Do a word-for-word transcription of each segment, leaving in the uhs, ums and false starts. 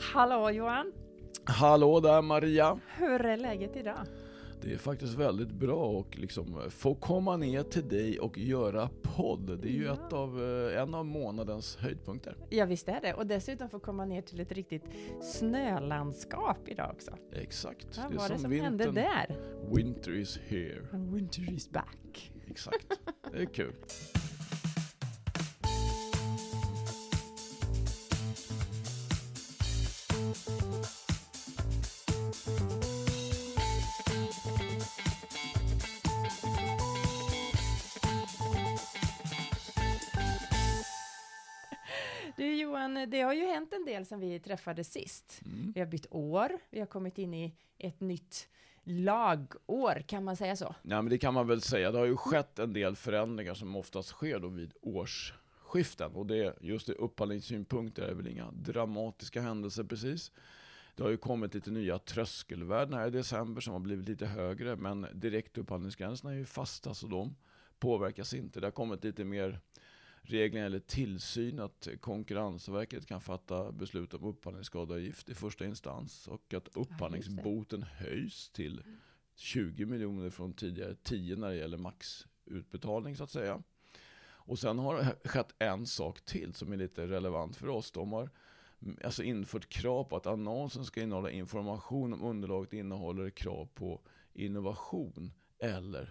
Hallå Johan. Hallå där Maria. Hur är läget idag? Det är faktiskt väldigt bra och liksom få komma ner till dig och göra podd. Det är ju ja. ett av, en av månadens höjdpunkter. Ja visst är det. Och dessutom få komma ner till ett riktigt snölandskap idag också. Exakt. Ja, det är vad är det som vintern, hände där? Winter is here. And winter is back. Exakt. Det är kul. Du Johan, det har ju hänt en del sedan vi träffades sist. Mm. Vi har bytt år, vi har kommit in i ett nytt lagår, kan man säga så? Ja, men det kan man väl säga. Det har ju skett en del förändringar som oftast sker då vid årsskiften. Och det, just det upphandlingssynpunkter är väl inga dramatiska händelser precis. Det har ju kommit lite nya tröskelvärden här i december som har blivit lite högre. Men direktupphandlingsgränserna är ju fasta så de påverkas inte. Det har kommit lite mer regler eller tillsyn att Konkurrensverket kan fatta beslut om upphandlingsskadeavgift i första instans och att upphandlingsboten höjs till tjugo miljoner från tidigare tio när det gäller maxutbetalning så att säga. Och sen har det skett en sak till som är lite relevant för oss. De har alltså infört krav på att annonsen ska innehålla information om underlaget innehåller krav på innovation eller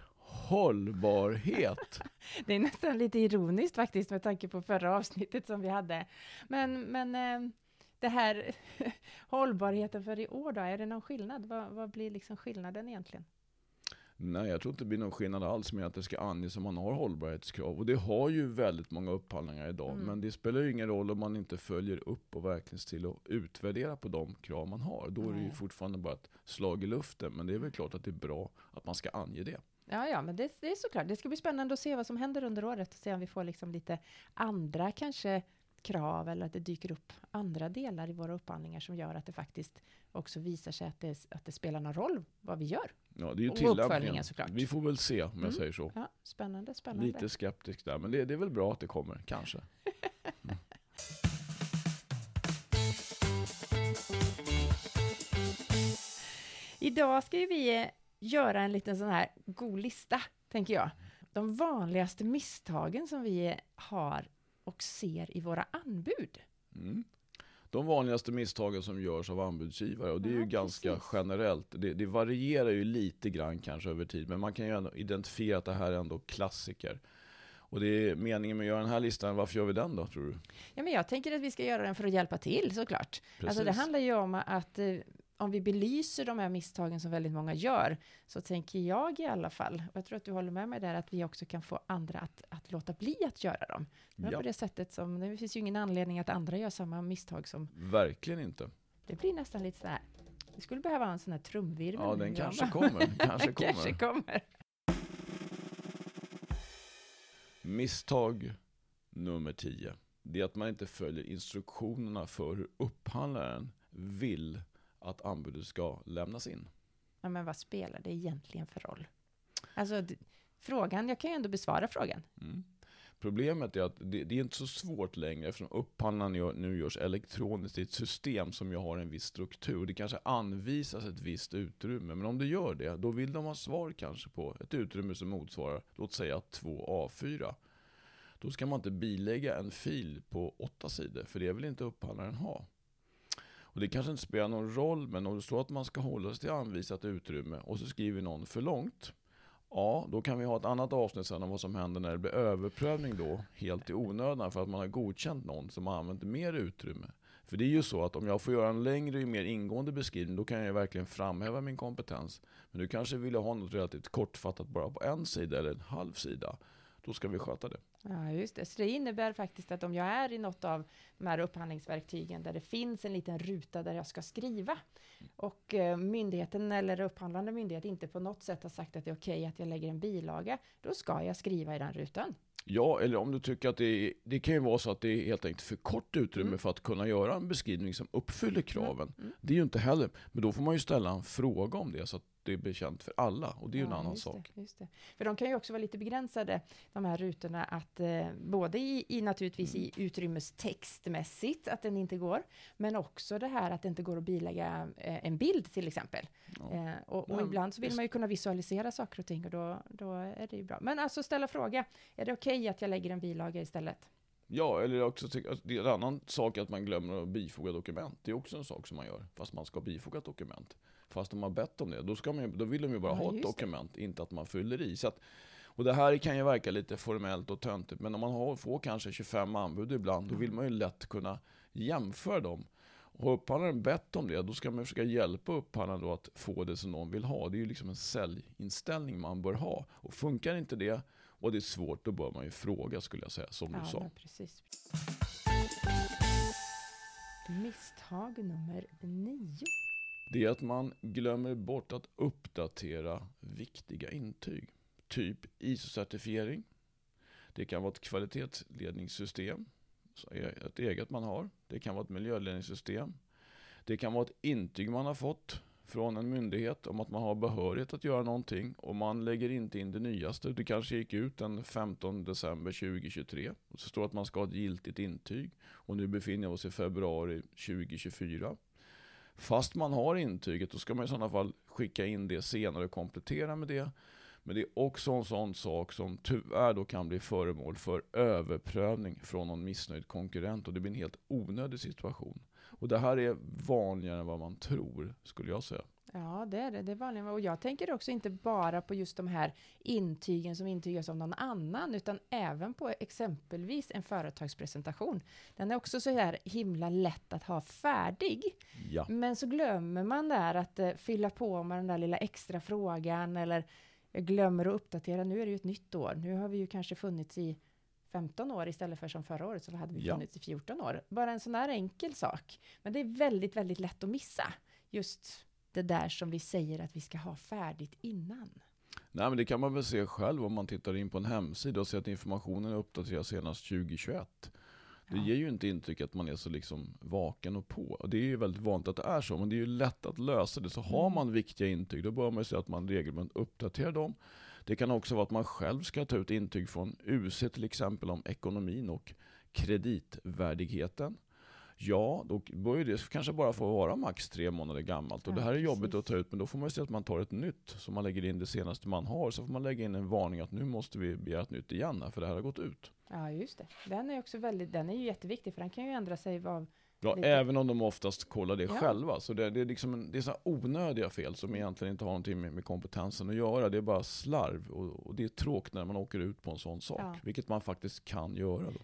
hållbarhet. Det är nästan lite ironiskt faktiskt med tanke på förra avsnittet som vi hade. Men, men eh, det här hållbarheten för i år då, är det någon skillnad? Vad, vad blir liksom skillnaden egentligen? Nej, jag tror inte det blir någon skillnad alls med att det ska anges om man har hållbarhetskrav. Och det har ju väldigt många upphandlingar idag. Mm. Men det spelar ju ingen roll om man inte följer upp och verkligen till att utvärdera på de krav man har. Då är det ju fortfarande bara ett slag i luften. Men det är väl klart att det är bra att man ska ange det. Ja, ja, men det, det är såklart. Det ska bli spännande att se vad som händer under året. Och se om vi får liksom lite andra kanske krav eller att det dyker upp andra delar i våra upphandlingar som gör att det faktiskt också visar sig att det, att det spelar någon roll vad vi gör. Ja, det är ju tillämpningen såklart. Vi får väl se om jag mm. säger så. Ja, spännande, spännande. Lite skeptisk där, men det, det är väl bra att det kommer, kanske. Mm. Idag ska ju vi göra en liten sån här god lista, tänker jag. De vanligaste misstagen som vi har och ser i våra anbud. Mm. De vanligaste misstagen som görs av anbudsgivare, och det är ju ja, ganska precis. generellt. Det, det varierar ju lite grann kanske över tid, men man kan ju ändå identifiera att det här är ändå klassiker. Och det är meningen med att göra den här listan. Varför gör vi den då, tror du? Ja, men jag tänker att vi ska göra den för att hjälpa till, såklart. Precis. Alltså det handlar ju om att eh, om vi belyser de här misstagen som väldigt många gör, så tänker jag i alla fall, och jag tror att du håller med mig där, att vi också kan få andra att, att låta bli att göra dem. Men ja. På det sättet som, det finns ju ingen anledning att andra gör samma misstag som... Verkligen inte. Det blir nästan lite så här, vi skulle behöva ha en sån här trumvirvel. Ja, den kanske kommer. kanske kommer. kanske kommer. Misstag nummer tio. Det är att man inte följer instruktionerna för hur upphandlaren vill att anbudet ska lämnas in. Ja, men vad spelar det egentligen för roll? Alltså, d- frågan, jag kan ju ändå besvara frågan. Mm. Problemet är att det, det är inte så svårt längre eftersom upphandlaren gör, nu görs elektroniskt i ett system som ju har en viss struktur. Det kanske anvisas ett visst utrymme, men om det gör det, då vill de ha svar kanske på ett utrymme som motsvarar, låt säga två A fyra. Då ska man inte bilägga en fil på åtta sidor, för det vill inte upphandlaren ha. Och det kanske inte spelar någon roll, men om det står att man ska hålla sig till anvisat utrymme och så skriver någon för långt, ja, då kan vi ha ett annat avsnitt sen om vad som händer när det blir överprövning då, helt i onödan för att man har godkänt någon som har använt mer utrymme. För det är ju så att om jag får göra en längre och mer ingående beskrivning, då kan jag verkligen framhäva min kompetens. Men du kanske vill ha något relativt kortfattat bara på en sida eller en halv sida. Då ska vi sköta det. Ja, just det. Så det innebär faktiskt att om jag är i något av de här upphandlingsverktygen där det finns en liten ruta där jag ska skriva och eh, myndigheten eller upphandlande myndighet inte på något sätt har sagt att det är okej att jag lägger en bilaga, då ska jag skriva i den rutan. Ja, eller om du tycker att det, är, det kan ju vara så att det är helt enkelt för kort utrymme mm. för att kunna göra en beskrivning som uppfyller kraven. Mm. Mm. Det är ju inte heller, men då får man ju ställa en fråga om det så att det blir känt för alla. Och det är ju Ja, en annan just sak. Det, just det. För de kan ju också vara lite begränsade, de här rutorna, att eh, både i, i naturligtvis Mm. i utrymmestextmässigt, att den inte går, men också det här att det inte går att bilägga eh, en bild till exempel. Ja. Eh, och och Men ibland så vill visst. man ju kunna visualisera saker och ting, och då, då är det ju bra. Men alltså ställa fråga, är det okej att jag lägger en bilaga istället? Ja, eller också tycker jag, det är en annan sak att man glömmer att bifoga dokument. Det är också en sak som man gör, fast man ska bifoga ett dokument. Fast de har bett om det, då, ska man ju, då vill de ju bara Ja, ha ett just det. dokument, inte att man fyller i. Så att, och det här kan ju verka lite formellt och töntigt, men om man har, får kanske tjugofem anbud ibland, då vill man ju lätt kunna jämföra dem. Och har upphandlaren bett om det, då ska man försöka hjälpa upphandlaren då att få det som någon vill ha. Det är ju liksom en säljinställning man bör ha. Och funkar inte det, och det är svårt, då bör man ju fråga, skulle jag säga, som Ja, du sa. men precis. Misstag nummer nio. Det är att man glömmer bort att uppdatera viktiga intyg. Typ I S O-certifiering. Det kan vara ett kvalitetsledningssystem, ett eget man har. Det kan vara ett miljöledningssystem. Det kan vara ett intyg man har fått från en myndighet om att man har behörighet att göra någonting, och man lägger inte in det nyaste. Det kanske gick ut den femtonde december tjugohundratjugotre och så står att man ska ha ett giltigt intyg, och nu befinner vi oss i februari tjugohundratjugofyra. Fast man har intyget, då ska man i sådana fall skicka in det senare och komplettera med det. Men det är också en sån sak som tyvärr då kan bli föremål för överprövning från någon missnöjd konkurrent, och det blir en helt onödig situation. Och det här är vanligare än vad man tror, skulle jag säga. Ja, det är det. Det är vanligt. Och jag tänker också inte bara på just de här intygen som intygas av någon annan, utan även på exempelvis en företagspresentation. Den är också så här himla lätt att ha färdig. Ja. Men så glömmer man där att eh, fylla på med den där lilla extra frågan, eller jag glömmer att uppdatera. Nu är det ju ett nytt år. Nu har vi ju kanske funnits i femton år istället för som förra året, så hade vi Ja. funnits i fjorton år. Bara en sån där enkel sak. Men det är väldigt, väldigt lätt att missa. Just det där som vi säger att vi ska ha färdigt innan. Nej, men det kan man väl se själv om man tittar in på en hemsida och ser att informationen är uppdaterad senast tjugohundratjugoett. Det Ja. ger ju inte intryck att man är så liksom vaken och på. Och det är ju väldigt vanligt att det är så, men det är ju lätt att lösa det. Så har Mm. man viktiga intyg, då bör man ju se att man regelbundet uppdaterar dem. Det kan också vara att man själv ska ta ut intyg från U C till exempel om ekonomin och kreditvärdigheten. Ja, då bör ju det kanske bara få vara max tre månader gammalt. Och Ja, det här är precis. jobbigt att ta ut, men då får man ju se att man tar ett nytt. Så man lägger in det senaste man har, så får man lägga in en varning att nu måste vi begära ett nytt igen här, för det här har gått ut. Ja, just det. Den är också väldigt, den är ju jätteviktig, för den kan ju ändra sig av. Ja, Lite. även om de oftast kollar det Ja. själva. Så det, det är liksom en, det är så här onödiga fel som egentligen inte har någonting med, med kompetensen att göra. Det är bara slarv, och, och det är tråkigt när man åker ut på en sån sak. Ja. Vilket man faktiskt kan göra då.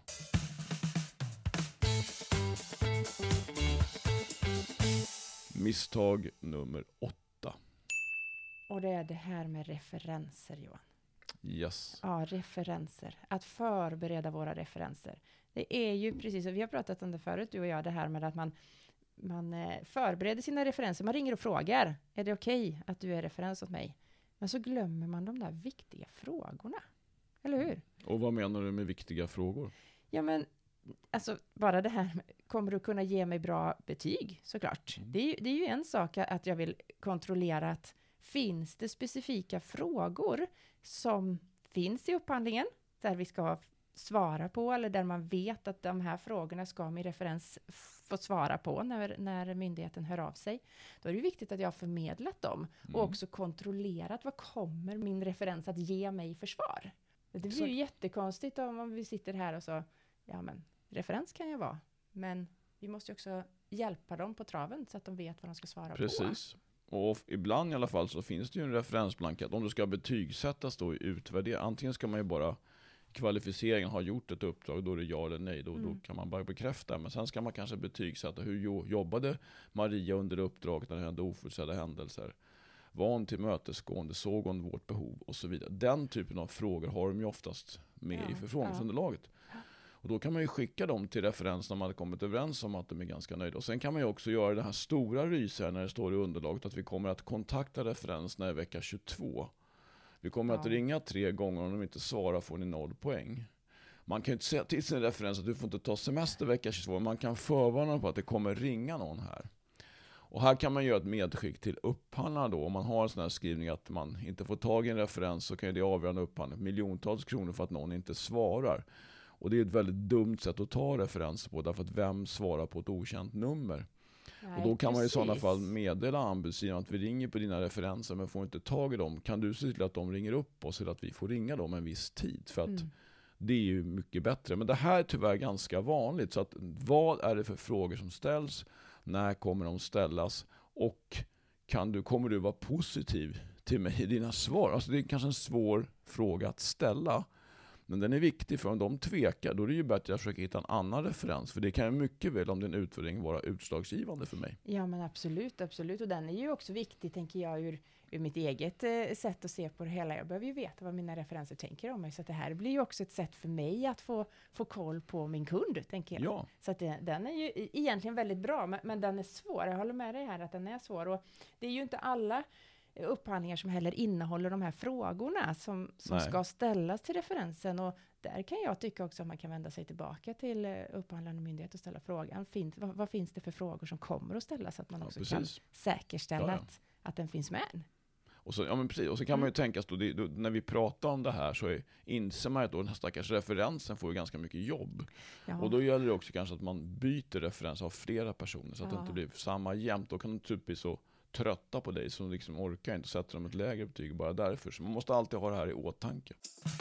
Misstag nummer åtta. Och det är det här med referenser, Johan. Yes. Ja, referenser. Att förbereda våra referenser. Det är ju precis, och vi har pratat om det förut, du och jag, det här med att man, man eh, förbereder sina referenser. Man ringer och frågar, är det okej att du är referens åt mig? Men så glömmer man de där viktiga frågorna. Eller hur? Och vad menar du med viktiga frågor? Ja, men alltså bara det här, med, kommer du kunna ge mig bra betyg, såklart. Mm. Det är, ju, det är ju en sak att jag vill kontrollera att finns det specifika frågor som finns i upphandlingen där vi ska svara på, eller där man vet att de här frågorna ska min referens få svara på när, när myndigheten hör av sig. Då är det viktigt att jag har förmedlat dem Mm. och också kontrollerat vad kommer min referens att ge mig för svar. Det blir Exakt. ju jättekonstigt om, om vi sitter här och så, ja men referens kan jag vara, men vi måste ju också hjälpa dem på traven så att de vet vad de ska svara på. Precis. Och ibland i alla fall så finns det ju en referensblankett. Om du ska betygsättas då i utvärdering. Antingen ska man ju bara kvalificeringen ha gjort ett uppdrag, då är det ja eller nej. Då, Mm. då kan man bara bekräfta. Men sen ska man kanske betygsätta. Hur jo- jobbade Maria under uppdraget när det hände oförutsedda händelser? Var hon tillmötesgående? Såg hon vårt behov? Och så vidare. Den typen av frågor har de ju oftast med Ja, i förfrågningsunderlaget. Och då kan man ju skicka dem till referens när man har kommit överens om att de är ganska nöjda. Och sen kan man ju också göra det här stora rysaren när det står i underlaget att vi kommer att kontakta referens när vecka tjugotvå. Vi kommer Ja. att ringa tre gånger, om de inte svarar får ni noll poäng. Man kan ju inte säga till sin referens att du får inte ta semester vecka tjugotvå. Man kan förvarna på att det kommer ringa någon här. Och här kan man göra ett medskick till upphandlarna då. Om man har en sån här skrivning att man inte får tag i en referens, så kan ju det avgöra en upphandling miljontals kronor för att någon inte svarar. Och det är ett väldigt dumt sätt att ta referenser på, därför att vem svarar på ett okänt nummer? Nej, och då kan precis. Man i sådana fall meddela anbudsgivaren att vi ringer på dina referenser men får inte tag i dem. Kan du se till att de ringer upp oss eller att vi får ringa dem en viss tid? För att mm. det är ju mycket bättre. Men det här är tyvärr ganska vanligt. Så att, vad är det för frågor som ställs? När kommer de ställas? Och kan du, kommer du vara positiv till mig i dina svar? Alltså det är kanske en svår fråga att ställa. Men den är viktig, för om de tvekar, då är det ju bättre att försöka hitta en annan referens. För det kan ju mycket väl, om din utvärdering, vara utslagsgivande för mig. Ja, men absolut, absolut. Och den är ju också viktig, tänker jag, ur, ur mitt eget eh, sätt att se på det hela. Jag behöver ju veta vad mina referenser tänker om mig. Så att det här blir ju också ett sätt för mig att få, få koll på min kund, tänker jag. Ja. Så att det, den är ju egentligen väldigt bra, men, men den är svår. Jag håller med dig här att den är svår. Och det är ju inte alla upphandlingar som heller innehåller de här frågorna som, som ska ställas till referensen, och där kan jag tycka också att man kan vända sig tillbaka till upphandlande myndighet och ställa frågan, finns, vad, vad finns det för frågor som kommer att ställas, så att man ja, också precis. kan säkerställa ja, ja. Att, att den finns med. Och så, ja, men precis. Och så kan mm. man ju tänka då, det, då, när vi pratar om det här så är, inser man att då den här stackars referensen får ju ganska mycket jobb. Ja. Och då gäller det också kanske att man byter referens av flera personer så att ja. det inte blir samma jämnt. Då kan de typ bli så trötta på dig som liksom orkar inte sätta dem ett lägre betyg bara därför. Så man måste alltid ha det här i åtanke.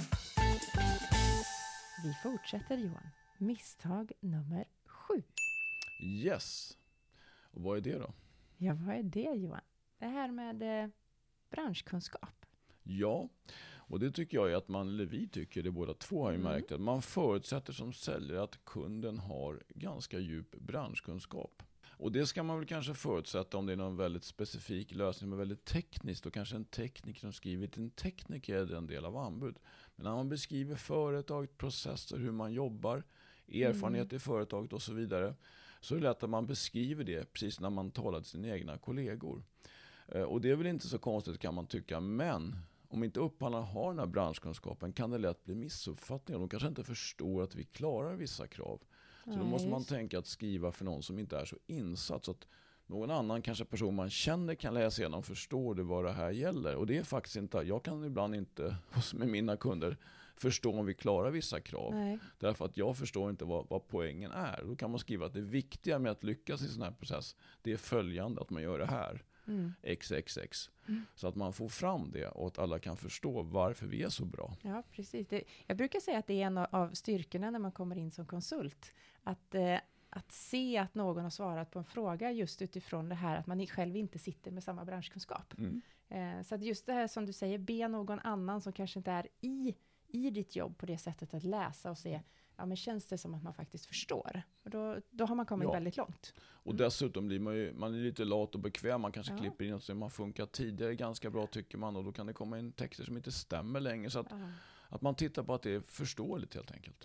Vi fortsätter, Johan. Misstag nummer sju. Yes. Och vad är det då? Ja, vad är det, Johan? Det här med eh, branschkunskap. Ja, och det tycker jag är att man, eller vi tycker det båda två har ju märkt mm. att man förutsätter som säljare att kunden har ganska djup branschkunskap. Och det ska man väl kanske förutsätta om det är någon väldigt specifik lösning med väldigt tekniskt, och kanske en tekniker som skriver till en tekniker är en del av anbud. Men när man beskriver företaget, processer, hur man jobbar, erfarenhet mm. i företaget och så vidare, så är det lätt att man beskriver det precis när man talar till sina egna kollegor. Och det är väl inte så konstigt kan man tycka, men om inte upphandlaren har den här branschkunskapen kan det lätt bli missuppfattningar. De kanske inte förstår att vi klarar vissa krav. Så då måste man tänka att skriva för någon som inte är så insatt, så att någon annan, kanske person man känner, kan läsa igenom och förstår det vad det här gäller. Och det är faktiskt inte, jag kan ibland inte med mina kunder förstå om vi klarar vissa krav. Nej. Därför att jag förstår inte vad, vad poängen är. Då kan man skriva att det viktiga med att lyckas i sån här process, det är följande, att man gör det här. Mm. X X X. Mm. Så att man får fram det och att alla kan förstå varför vi är så bra. Ja, precis. Det, jag brukar säga att det är en av styrkorna när man kommer in som konsult. Att, eh, att se att någon har svarat på en fråga just utifrån det här att man själv inte sitter med samma branschkunskap. Mm. Eh, så att just det här som du säger, be någon annan som kanske inte är i, i ditt jobb på det sättet att läsa och se, ja, men känns det som att man faktiskt förstår? Och då, då har man kommit ja. väldigt långt. Och mm. dessutom blir man ju, man är lite lat och bekväm. Man kanske ja. klipper in och så man funkar tidigare ganska bra tycker man. Och då kan det komma in texter som inte stämmer längre. Så att, ja. att man tittar på att det är förståeligt helt enkelt.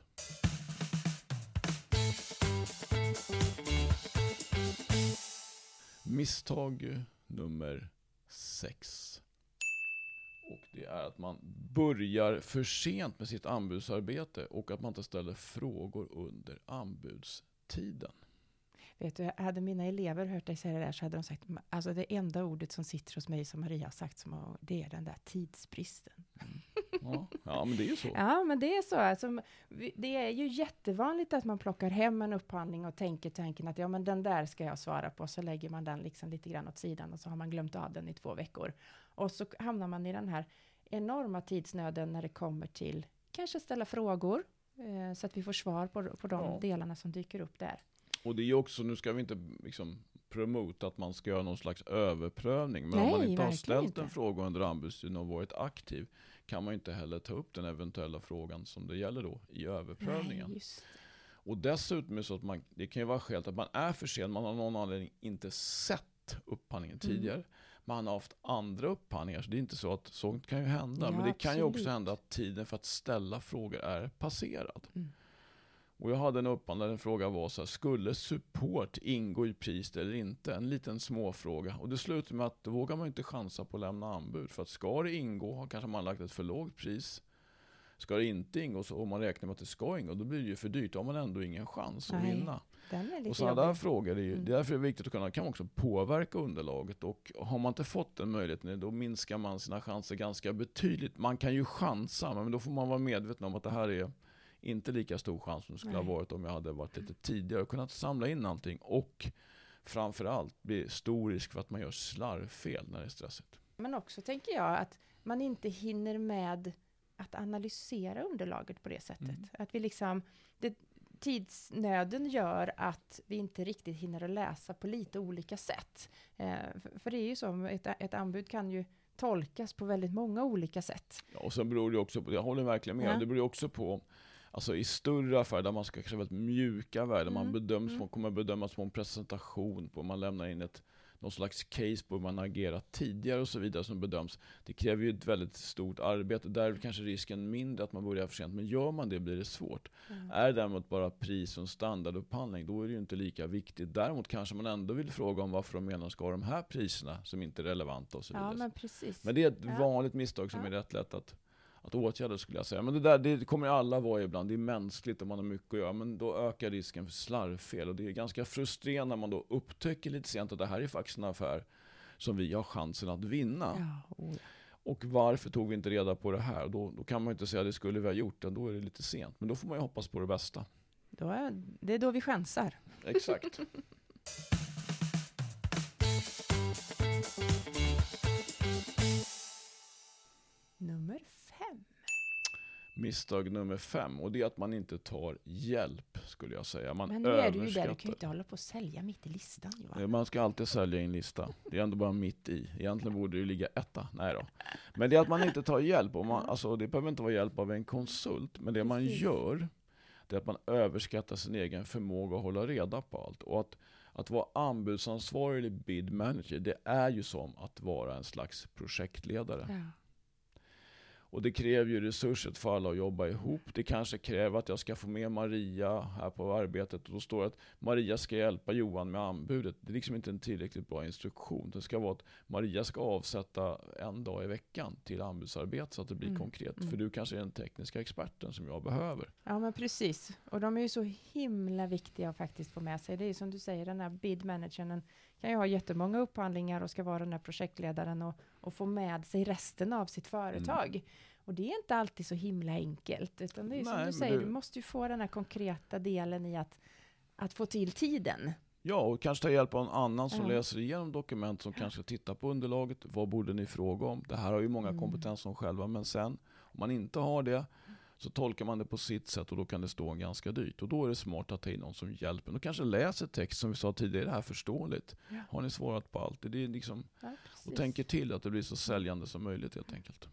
Misstag nummer sex. Och det är att man börjar för sent med sitt anbudsarbete och att man inte ställer frågor under anbudstiden. Vet du, hade mina elever hört dig säga det där så hade de sagt, alltså det enda ordet som sitter hos mig som Maria har sagt, som, det är den där tidsbristen. Mm. Ja, ja, men det är ju så. Ja, men det är så. Alltså, det är ju jättevanligt att man plockar hem en upphandling och tänker tanken att ja, men den där ska jag svara på. Så lägger man den liksom lite grann åt sidan och så har man glömt av den i två veckor. Och så hamnar man i den här enorma tidsnöden när det kommer till kanske ställa frågor eh, så att vi får svar på, på de ja. delarna som dyker upp där. Och det är också, nu ska vi inte liksom promota att man ska göra någon slags överprövning. Men Nej, om man inte har ställt inte. en fråga under anbudstiden och varit aktiv, kan man inte heller ta upp den eventuella frågan som det gäller då i överprövningen. Nej, just. Och dessutom är det så att man, det kan ju vara skäl att man är för sen, man har någon anledning inte sett upphandlingen mm. tidigare. Man har haft andra upphandlingar, så det är inte så att sånt kan ju hända. Ja, men det kan absolut. ju också hända att tiden för att ställa frågor är passerad. Mm. Och jag hade en upphandlare, en fråga var så här, skulle support ingå i pris eller inte? En liten småfråga. Och det slutar med att då vågar man inte chansa på att lämna anbud. För att ska det ingå har kanske man lagt ett för lågt pris. Ska det inte ingå så om man räknar med att det ska ingå, då blir det ju för dyrt. Då har man ändå ingen chans att Nej. vinna. Den är lite och sådana där jobbig. frågor, det är, ju, Mm. det är därför det är viktigt att kunna kan man också påverka underlaget. Och har man inte fått den möjligheten, då minskar man sina chanser ganska betydligt. Man kan ju chansa, men då får man vara medveten om att det här är inte lika stor chans som det skulle Nej. ha varit om jag hade varit lite tidigare och kunnat samla in allting. Och framförallt blir stor risk för att man gör slarvfel när det är stressigt. Men också tänker jag att man inte hinner med att analysera underlaget på det sättet. Mm. Att vi liksom, det, tidsnöden gör att vi inte riktigt hinner att läsa på lite olika sätt. Eh, för, för det är ju så, ett, ett anbud kan ju tolkas på väldigt många olika sätt. Ja, och sen beror det också på, jag håller verkligen med, Ja. det beror också på, alltså i större affärer där man ska kanske väldigt mjuka värden, man Mm, bedöms, mm. man kommer bedömas på en presentation, på man lämnar in ett någon slags case på hur man agerat tidigare och så vidare som bedöms. Det kräver ju ett väldigt stort arbete. Där är kanske risken mindre att man börjar för sent. Men gör man det blir det svårt. Mm. Är det däremot bara pris och standardupphandling, då är det ju inte lika viktigt. Däremot kanske man ändå vill fråga om varför de menar ska ha de här priserna som inte är relevanta och så vidare. Ja, men precis. Men det är ett Ja. vanligt misstag som Ja. är rätt lätt att, att åtgärda, skulle jag säga. Men det där det kommer alla vara ibland. Det är mänskligt om man har mycket att göra. Men då ökar risken för slarvfel. Och det är ganska frustrerande när man då upptäcker lite sent att det här är faktiskt en affär som vi har chansen att vinna. Ja, oh. Och varför tog vi inte reda på det här? Då, då kan man ju inte säga att det skulle vi ha gjort. Då är det lite sent. Men då får man ju hoppas på det bästa. Då är, det är då vi chansar. Exakt. Nummer fem. Misstag nummer fem. Och det är att man inte tar hjälp, skulle jag säga. Man Men nu är du ju där, du kan överskattar. ju inte hålla på att sälja mitt i listan, Johan. Eh, Man ska alltid sälja i en lista. Det är ändå bara mitt i. Egentligen borde det ju ligga etta. Nej då. Men det är att man inte tar hjälp. Och man, alltså, det behöver inte vara hjälp av en konsult. Men det man Precis. gör, det är att man överskattar sin egen förmåga att hålla reda på allt. Och att, att vara anbudsansvarig eller bid manager, det är ju som att vara en slags projektledare. Ja. Och det kräver ju resurser för alla att jobba ihop. Det kanske kräver att jag ska få med Maria här på arbetet. Och då står det att Maria ska hjälpa Johan med anbudet. Det är liksom inte en tillräckligt bra instruktion. Det ska vara att Maria ska avsätta en dag i veckan till anbudsarbete så att det blir Mm. konkret. Mm. För du kanske är den tekniska experten som jag behöver. Ja, men precis. Och de är ju så himla viktiga att faktiskt få med sig. Det är ju som du säger, den här bid managern den kan ju ha jättemånga upphandlingar och ska vara den här projektledaren och, och få med sig resten av sitt företag. Mm. Och det är inte alltid så himla enkelt. Utan det är ju som Nej, du men säger, det- du måste ju få den här konkreta delen i att, att få till tiden. Ja, och kanske ta hjälp av en annan som Ja. läser igenom dokument som kanske tittar på underlaget. Vad borde ni fråga om? Det här har ju många Mm. kompetens som själva, men sen om man inte har det så tolkar man det på sitt sätt och då kan det stå en ganska dyrt. Och då är det smart att ta in någon som hjälper. Och kanske läser text som vi sa tidigare, det här förståeligt. Ja. Har ni svarat på allt? Det är liksom, Ja, och precis. tänker till att det blir så säljande som möjligt helt enkelt.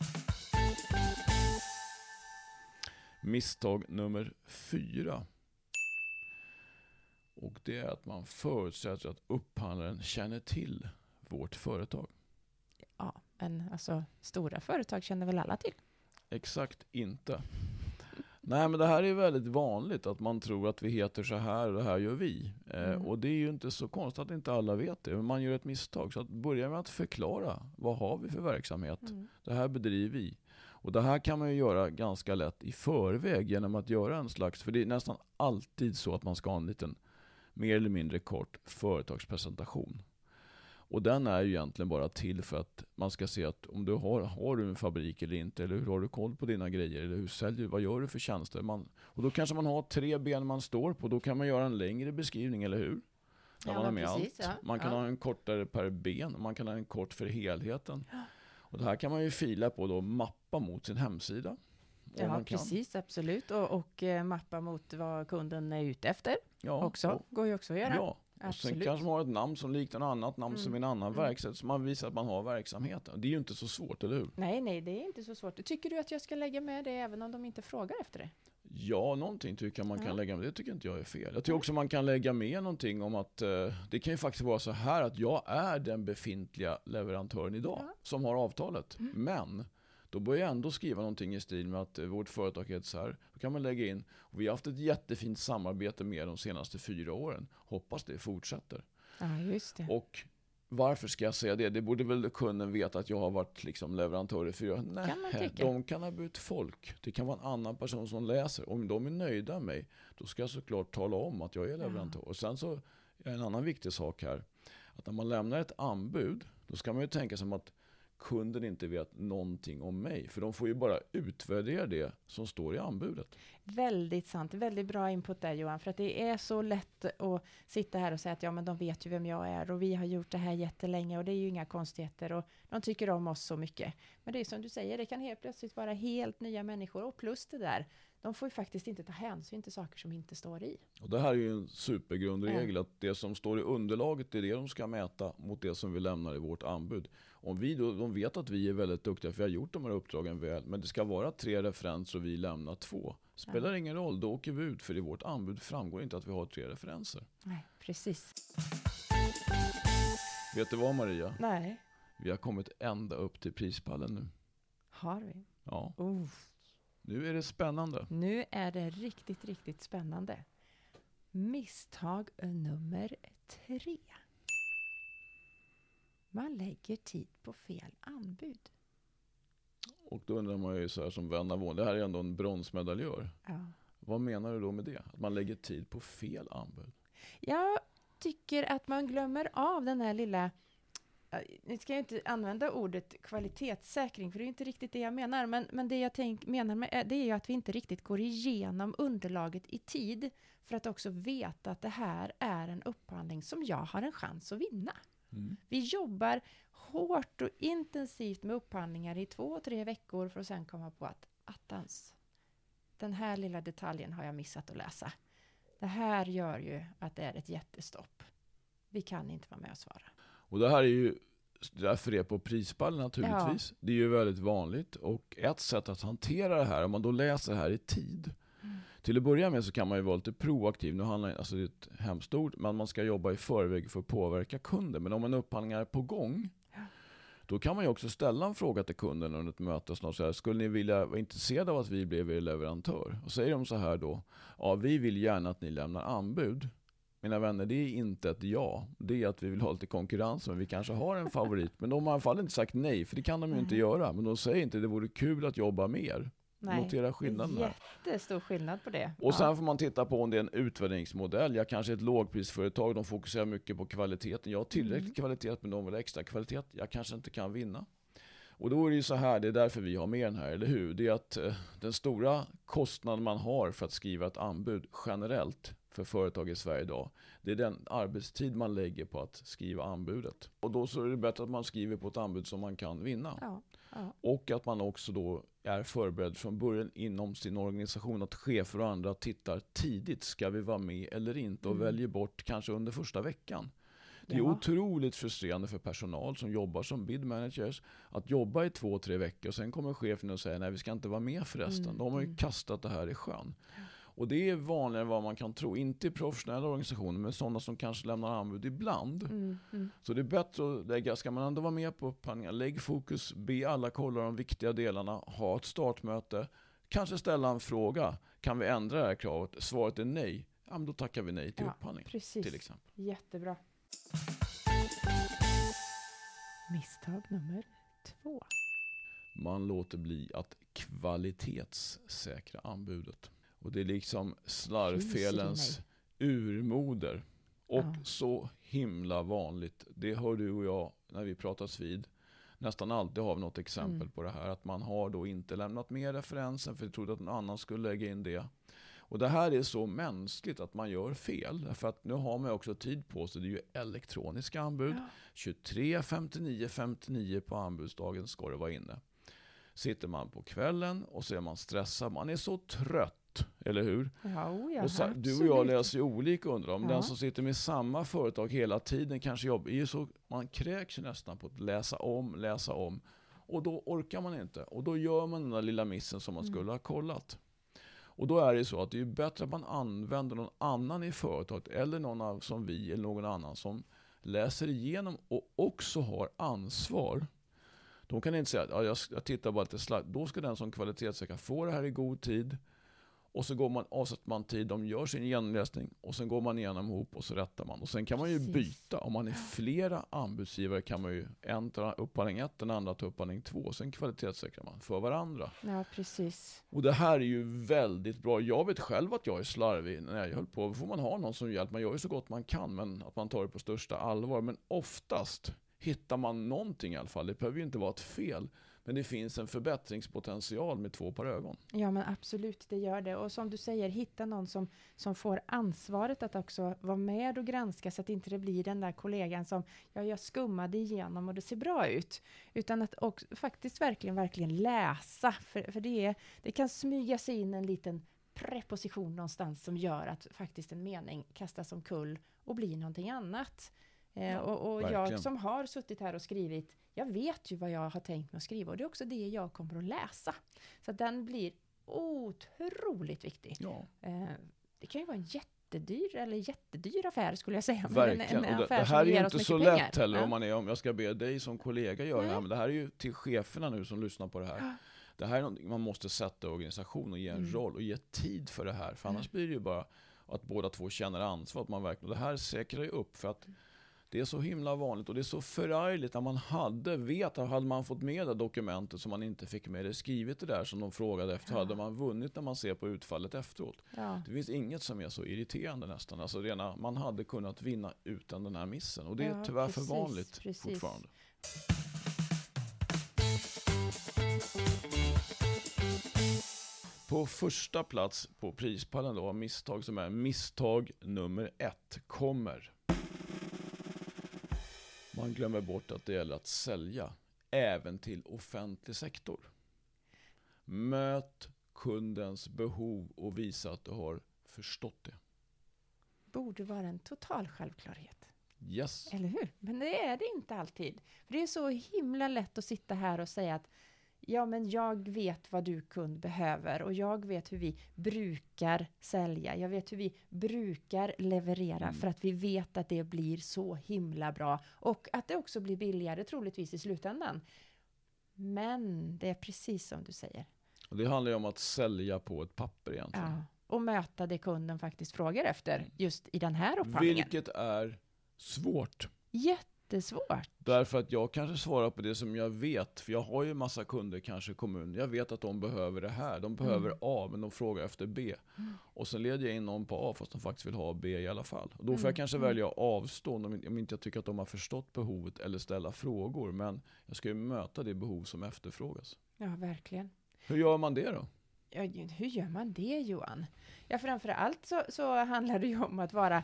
Misstag nummer fyra. Och det är att man förutsätter att upphandlaren känner till vårt företag. Ja, men alltså stora företag känner väl alla till. Exakt inte. Nej, men det här är väldigt vanligt att man tror att vi heter så här och det här gör vi. Eh, Mm. och det är ju inte så konstigt att inte alla vet det. Men man gör ett misstag. Så att börja med att förklara. Vad har vi för verksamhet? Mm. Det här bedriver vi. Och det här kan man ju göra ganska lätt i förväg genom att göra en slags, för det är nästan alltid så att man ska ha en liten mer eller mindre kort företagspresentation. Och den är ju egentligen bara till för att man ska se att om du har, har du en fabrik eller inte, eller hur har du koll på dina grejer, eller hur säljer, vad gör du för tjänster? Man, och då kanske man har tre ben man står på, då kan man göra en längre beskrivning, eller hur? Där Ja, man har men med precis, allt. ja. Man kan Ja. ha en kortare per ben, och man kan ha en kort för helheten. Och det här kan man ju fila på då, mappa mot sin hemsida. Om Ja, man kan. precis, absolut. Och, och eh, mappa mot vad kunden är ute efter Ja, också. och- Går ju också att göra. Ja, och sen Absolut. kanske man har ett namn som liknar ett annat namn Mm. som en annan Mm. verksamhet. Så man visar att man har verksamheten. Det är ju inte så svårt, eller hur? Nej, nej, det är inte så svårt. Tycker du att jag ska lägga med det även om de inte frågar efter det? Ja, någonting tycker jag man kan Ja. lägga med. Det tycker inte jag är fel. Jag tycker också man kan lägga med någonting om att eh, det kan ju faktiskt vara så här att jag är den befintliga leverantören idag Ja. som har avtalet. Mm. Men då börjar jag ändå skriva någonting i stil med att eh, vårt företag heter så här. Då kan man lägga in, och vi har haft ett jättefint samarbete med de senaste fyra åren. Hoppas det fortsätter. Ja, just det. Och varför ska jag säga det? Det borde väl kunden veta att jag har varit liksom leverantör i fyra. Nej, Kan man tycka. de kan ha bytt folk. Det kan vara en annan person som läser. Om de är nöjda med mig, då ska jag såklart tala om att jag är leverantör. Ja. Och sen så är en annan viktig sak här. Att när man lämnar ett anbud, då ska man ju tänka som att kunden inte vet någonting om mig. För de får ju bara utvärdera det som står i anbudet. Väldigt sant. Väldigt bra input där, Johan. För att det är så lätt att sitta här och säga att ja, men de vet ju vem jag är. Och vi har gjort det här jättelänge och det är ju inga konstigheter. Och de tycker om oss så mycket. Men det är som du säger, det kan helt plötsligt vara helt nya människor. Och plus det där, de får ju faktiskt inte ta hänsyn till saker som inte står i. Och det här är ju en supergrundregel, ja. Att det som står i underlaget, det är det de ska mäta mot det som vi lämnar i vårt anbud. Om vi då, de vet att vi är väldigt duktiga för vi har gjort de här uppdragen väl, men det ska vara tre referenser och vi lämnar två. Spelar ja. ingen roll, då åker vi ut, för i vårt anbud framgår inte att vi har tre referenser. Nej, precis. Vet du vad, Maria? Nej. Vi har kommit ända upp till prispallen nu. Har vi? Ja. Oh. Nu är det spännande. Nu är det riktigt, riktigt spännande. Misstag nummer tre. Man lägger tid på fel anbud. Och då undrar man ju så här som vän av vår. Det här är ändå en bronsmedaljör. Ja. Vad menar du då med det? Att man lägger tid på fel anbud? Jag tycker att man glömmer av den här lilla... Nu ska jag inte använda ordet kvalitetssäkring, för det är inte riktigt det jag menar. Men, men det jag tänk, menar med det är ju att vi inte riktigt går igenom underlaget i tid för att också veta att det här är en upphandling som jag har en chans att vinna. Mm. Vi jobbar hårt och intensivt med upphandlingar i två, tre veckor för att sen komma på att attans, den här lilla detaljen har jag missat att läsa. Det här gör ju att det är ett jättestopp. Vi kan inte vara med och svara. Och det här är ju därför det är på prispallen naturligtvis. Ja. Det är ju väldigt vanligt. Och ett sätt att hantera det här, om man då läser det här i tid. Mm. Till att börja med så kan man ju vara lite proaktiv. Nu handlar alltså det är ett hemskt ord, men man ska jobba i förväg för att påverka kunden. Men om en upphandling är på gång, ja. Då kan man ju också ställa en fråga till kunden under ett möte och så här, skulle ni vilja vara intresserade av att vi blev er leverantör? Och säger de så här då, ja, vi vill gärna att ni lämnar anbud. Mina vänner, det är inte ett ja. Det är att vi vill ha lite konkurrens, men vi kanske har en favorit. Men de har i alla fall inte sagt nej, för det kan de ju inte göra. Men de säger inte, det vore kul att jobba mer. Nej, notera skillnaden här. Jättestor skillnad på det. Och sen får man titta på om det är en utvärderingsmodell. Jag kanske är ett lågprisföretag, de fokuserar mycket på kvaliteten. Jag har tillräcklig mm. kvalitet, men de vill ha extra kvalitet. Jag kanske inte kan vinna. Och då är det ju så här, det är därför vi har med den här, eller hur? Det är att eh, den stora kostnaden man har för att skriva ett anbud generellt för företag i Sverige idag, det är den arbetstid man lägger på att skriva anbudet. Och då så är det bättre att man skriver på ett anbud som man kan vinna. Ja, ja. Och att man också då är förberedd från början inom sin organisation, att chefer och andra tittar tidigt, ska vi vara med eller inte, och mm. väljer bort kanske under första veckan. Det är ja. otroligt frustrerande för personal som jobbar som bid managers att jobba i två, tre veckor och sen kommer chefen och säger nej, vi ska inte vara med förresten. Mm. De har ju mm. kastat det här i sjön. Och det är vanligare än vad man kan tro. Inte i professionella organisationer, men sådana som kanske lämnar anbud ibland. Mm, mm. Så det är bättre att lägga, ska man ändå vara med på upphandlingar, lägg fokus, be alla kolla de viktiga delarna, ha ett startmöte, kanske ställa en fråga. Kan vi ändra det här kravet? Svaret är nej. Ja, men då tackar vi nej till ja, upphandling. Precis. Till exempel. Jättebra. Misstag nummer två. Man låter bli att kvalitetssäkra anbudet. Och det är liksom slarvfelens urmoder. Och ja. så himla vanligt. Det hör du och jag när vi pratas vid. Nästan alltid har vi något exempel mm. på det här. Att man har då inte lämnat med referensen för att trodde att någon annan skulle lägga in det. Och det här är så mänskligt att man gör fel. För att nu har man också tid på sig. Det är ju elektroniska anbud. Ja. tjugotre femtionio femtionio på anbudsdagen ska det vara inne. Sitter man på kvällen och så är man stressad. Man är så trött. Eller hur? Ja, ja, och så, du och jag läser ju olika, undrar om ja. den som sitter med samma företag hela tiden kanske jobbar. Är så, man kräks ju nästan på att läsa om, läsa om. Och då orkar man inte. Och då gör man den där lilla missen som man mm. skulle ha kollat. Och då är det så att det är bättre att man använder någon annan i företaget eller någon av, som vi eller någon annan som läser igenom och också har ansvar. De kan inte säga att ja, jag, jag tittar bara lite slag. Då ska den som kvalitetssäkrar få det här i god tid Och så går man, avsätter man tid, de gör sin genomläsning och sen går man igenom ihop och så rättar man. Och sen kan man ju Precis. byta. Om man är flera anbudsgivare kan man ju en ta upphandling ett, den andra ta upphandling två. Och sen kvalitetssäkrar man för varandra. Ja, precis. Och det här är ju väldigt bra. Jag vet själv att jag är slarvig när jag höll på. Då får man ha någon som hjälper. Man gör ju så gott man kan, men att man tar det på största allvar. Men oftast hittar man någonting i alla fall. Det behöver ju inte vara ett fel. Men det finns en förbättringspotential med två par ögon. Ja, men absolut, det gör det. Och som du säger, hitta någon som, som får ansvaret att också vara med och granska så att inte det blir den där kollegan som ja, jag skummade igenom och det ser bra ut. Utan att också faktiskt verkligen, verkligen läsa. För, för det, är, det kan smyga sig in en liten preposition någonstans som gör att faktiskt en mening kastas omkull och blir någonting annat. Eh, och och jag som har suttit här och skrivit, jag vet ju vad jag har tänkt mig att skriva och det är också det jag kommer att läsa. Så att den blir otroligt viktig. Ja. Eh, det kan ju vara en jättedyr eller jättedyr affär skulle jag säga. Verkligen. En, en och det, affär det här är ju inte så lätt pengar. heller Ja. om man är, om jag ska be dig som kollega göra Nej. det här. Men det här är ju till cheferna nu som lyssnar på det här. Ja. Det här är något man måste sätta i organisation och ge en mm. roll och ge tid för det här. För annars mm. blir det ju bara att båda två känner ansvar. Att man verkligen, det här säkrar ju upp för att det är så himla vanligt och det är så förargligt när man hade, vet att hade man fått med det dokumentet som man inte fick med det skrivet det där som de frågade efter, ja. Hade man vunnit när man ser på utfallet efteråt. Ja. Det finns inget som är så irriterande nästan. Alltså rena, man hade kunnat vinna utan den här missen och det är ja, tyvärr precis, för vanligt precis. Fortfarande. På första plats på prispallen då, misstag som är misstag nummer ett kommer. Man glömmer bort att det gäller att sälja även till offentlig sektor. Möt kundens behov och visa att du har förstått det. Borde vara en total självklarhet. Yes. Eller hur? Men det är det inte alltid. För det är så himla lätt att sitta här och säga att ja, men jag vet vad du kund behöver och jag vet hur vi brukar sälja. Jag vet hur vi brukar leverera mm. för att vi vet att det blir så himla bra och att det också blir billigare troligtvis i slutändan. Men det är precis som du säger. Och det handlar ju om att sälja på ett papper egentligen. Ja, och möta det kunden faktiskt frågar efter just i den här upphandlingen. Vilket är svårt. Jätte Det är svårt. Därför att jag kanske svarar på det som jag vet. För jag har ju massa kunder, kanske i kommunen. Jag vet att de behöver det här. De behöver mm. A, men de frågar efter B. Mm. Och sen leder jag in någon på A, fast de faktiskt vill ha B i alla fall. Och då får mm. jag kanske mm. välja att avstå om, om inte jag tycker att de har förstått behovet eller ställa frågor. Men jag ska ju möta det behov som efterfrågas. Ja, verkligen. Hur gör man det då? Ja, hur gör man det, Johan? Ja, framförallt så, så handlar det ju om att vara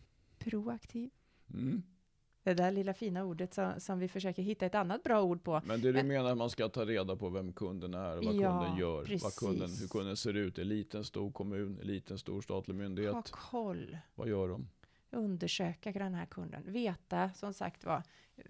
proaktiv. Mm. Det där lilla fina ordet som, som vi försöker hitta ett annat bra ord på. Men det du Men, menar att man ska ta reda på vem kunden är och vad ja, kunden gör. Vad kunden, hur kunden ser ut. En liten, stor kommun, en liten, stor statlig myndighet. Ha koll. Vad gör de? Undersöka den här kunden. Veta, som sagt var,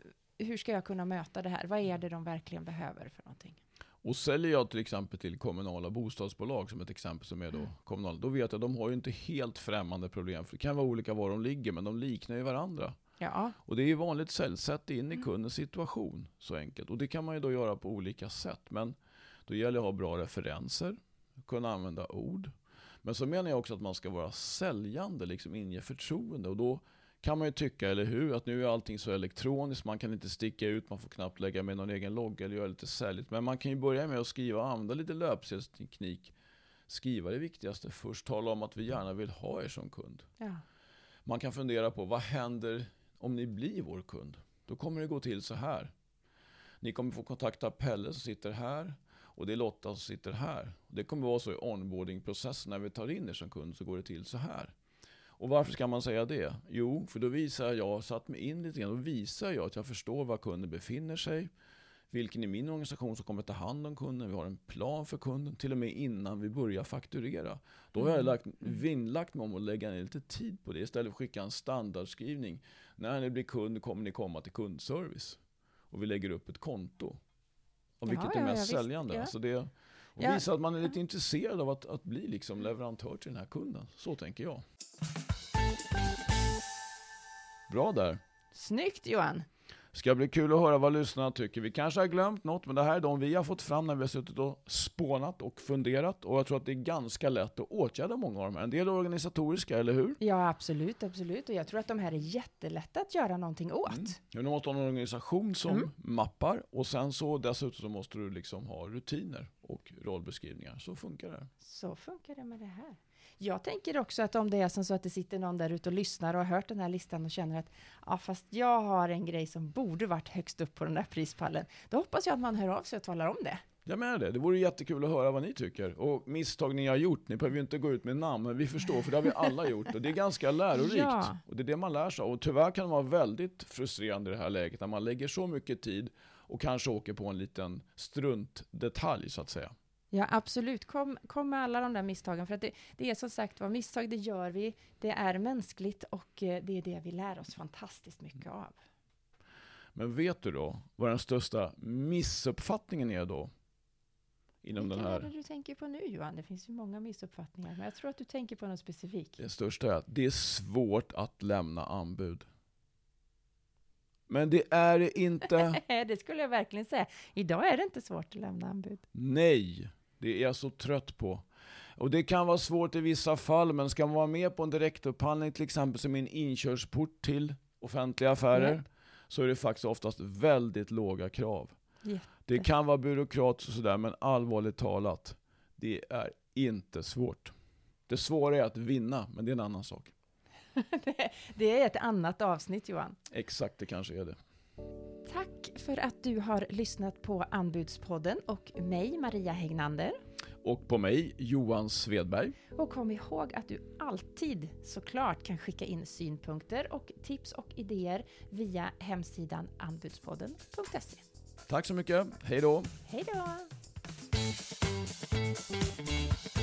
hur ska jag kunna möta det här? Vad är det de verkligen behöver för någonting? Och säljer jag till exempel till kommunala bostadsbolag som ett exempel som är då mm. kommunala. Då vet jag att de har ju inte helt främmande problem. För det kan vara olika var de ligger, men de liknar ju varandra. Ja. Och det är ju vanligt säljsätt in i kundens situation, så enkelt. Och det kan man ju då göra på olika sätt. Men då gäller det att ha bra referenser, kunna använda ord. Men så menar jag också att man ska vara säljande, liksom inge förtroende. Och då kan man ju tycka, eller hur, att nu är allting så elektroniskt. Man kan inte sticka ut, man får knappt lägga med någon egen logga eller göra lite säljigt. Men man kan ju börja med att skriva och använda lite löpsedelsteknik. Skriva det viktigaste först, tala om att vi gärna vill ha er som kund. Ja. Man kan fundera på, vad händer om ni blir vår kund? Då kommer det gå till så här. Ni kommer få kontakta Pelle som sitter här. Och det är Lotta som sitter här. Det kommer vara så i onboardingprocessen. När vi tar in er som kund så går det till så här. Och varför ska man säga det? Jo, för då visar jag, satt mig in lite grann. Då visar jag att jag förstår var kunden befinner sig. Vilken är min organisation som kommer ta hand om kunden. Vi har en plan för kunden. Till och med innan vi börjar fakturera. Då har jag lagt, vinnlagt mig om att lägga ner lite tid på det. Istället för att skicka en standardskrivning. När ni blir kund kommer ni komma till kundservice. Och vi lägger upp ett konto. Och vilket ja, är mest ja, säljande. Ja. Så det, och ja. Visa att man är lite intresserad av att, att bli liksom leverantör till den här kunden. Så tänker jag. Bra där. Snyggt, Johan. Ska bli kul att höra vad lyssnarna tycker. Vi kanske har glömt något, men det här är de vi har fått fram när vi har suttit och spånat och funderat. Och jag tror att det är ganska lätt att åtgärda många av dem här. En del är organisatoriska, eller hur? Ja, absolut, absolut. Och jag tror att de här är jättelätta att göra någonting åt. Mm. Du måste ha en organisation som Mm. mappar. Och sen så dessutom så måste du liksom ha rutiner och rollbeskrivningar. Så funkar det. Så funkar det med det här. Jag tänker också att om det är som så att det sitter någon där ute och lyssnar och har hört den här listan och känner att ja, fast jag har en grej som borde varit högst upp på den där prispallen. Då hoppas jag att man hör av sig och talar om det. Jag menar det. Det vore jättekul att höra vad ni tycker. Och misstag ni har gjort. Ni behöver ju inte gå ut med namn, men vi förstår, för det har vi alla gjort. Och det är ganska lärorikt. Ja. Och det är det man lär sig av. Och tyvärr kan det vara väldigt frustrerande i det här läget när man lägger så mycket tid och kanske åker på en liten struntdetalj så att säga. Ja, absolut. Kom, kom med alla de där misstagen. För att det, det är som sagt vad misstag det gör vi. Det är mänskligt och eh, det är det vi lär oss fantastiskt mycket av. Men vet du då vad den största missuppfattningen är då? Inom den Vilken här... är det du tänker på nu, Johan? Det finns ju många missuppfattningar. Men jag tror att du tänker på något specifikt. Det största är att det är svårt att lämna anbud. Men det är det inte. Det skulle jag verkligen säga. Idag är det inte svårt att lämna anbud. Nej, det är jag så trött på. Och det kan vara svårt i vissa fall, men ska man vara med på en direktupphandling till exempel som en inkörsport till offentliga affärer, Yep. så är det faktiskt oftast väldigt låga krav. Jätte. Det kan vara byråkratiskt och sådär, men allvarligt talat, det är inte svårt. Det svåra är att vinna, men det är en annan sak. det, det är ett annat avsnitt, Johan. Exakt, det kanske är det. Tack för att du har lyssnat på Anbudspodden och mig, Maria Hägnander. Och på mig, Johan Svedberg. Och kom ihåg att du alltid såklart kan skicka in synpunkter och tips och idéer via hemsidan anbudspodden punkt se. Tack så mycket. Hej då. Hej då!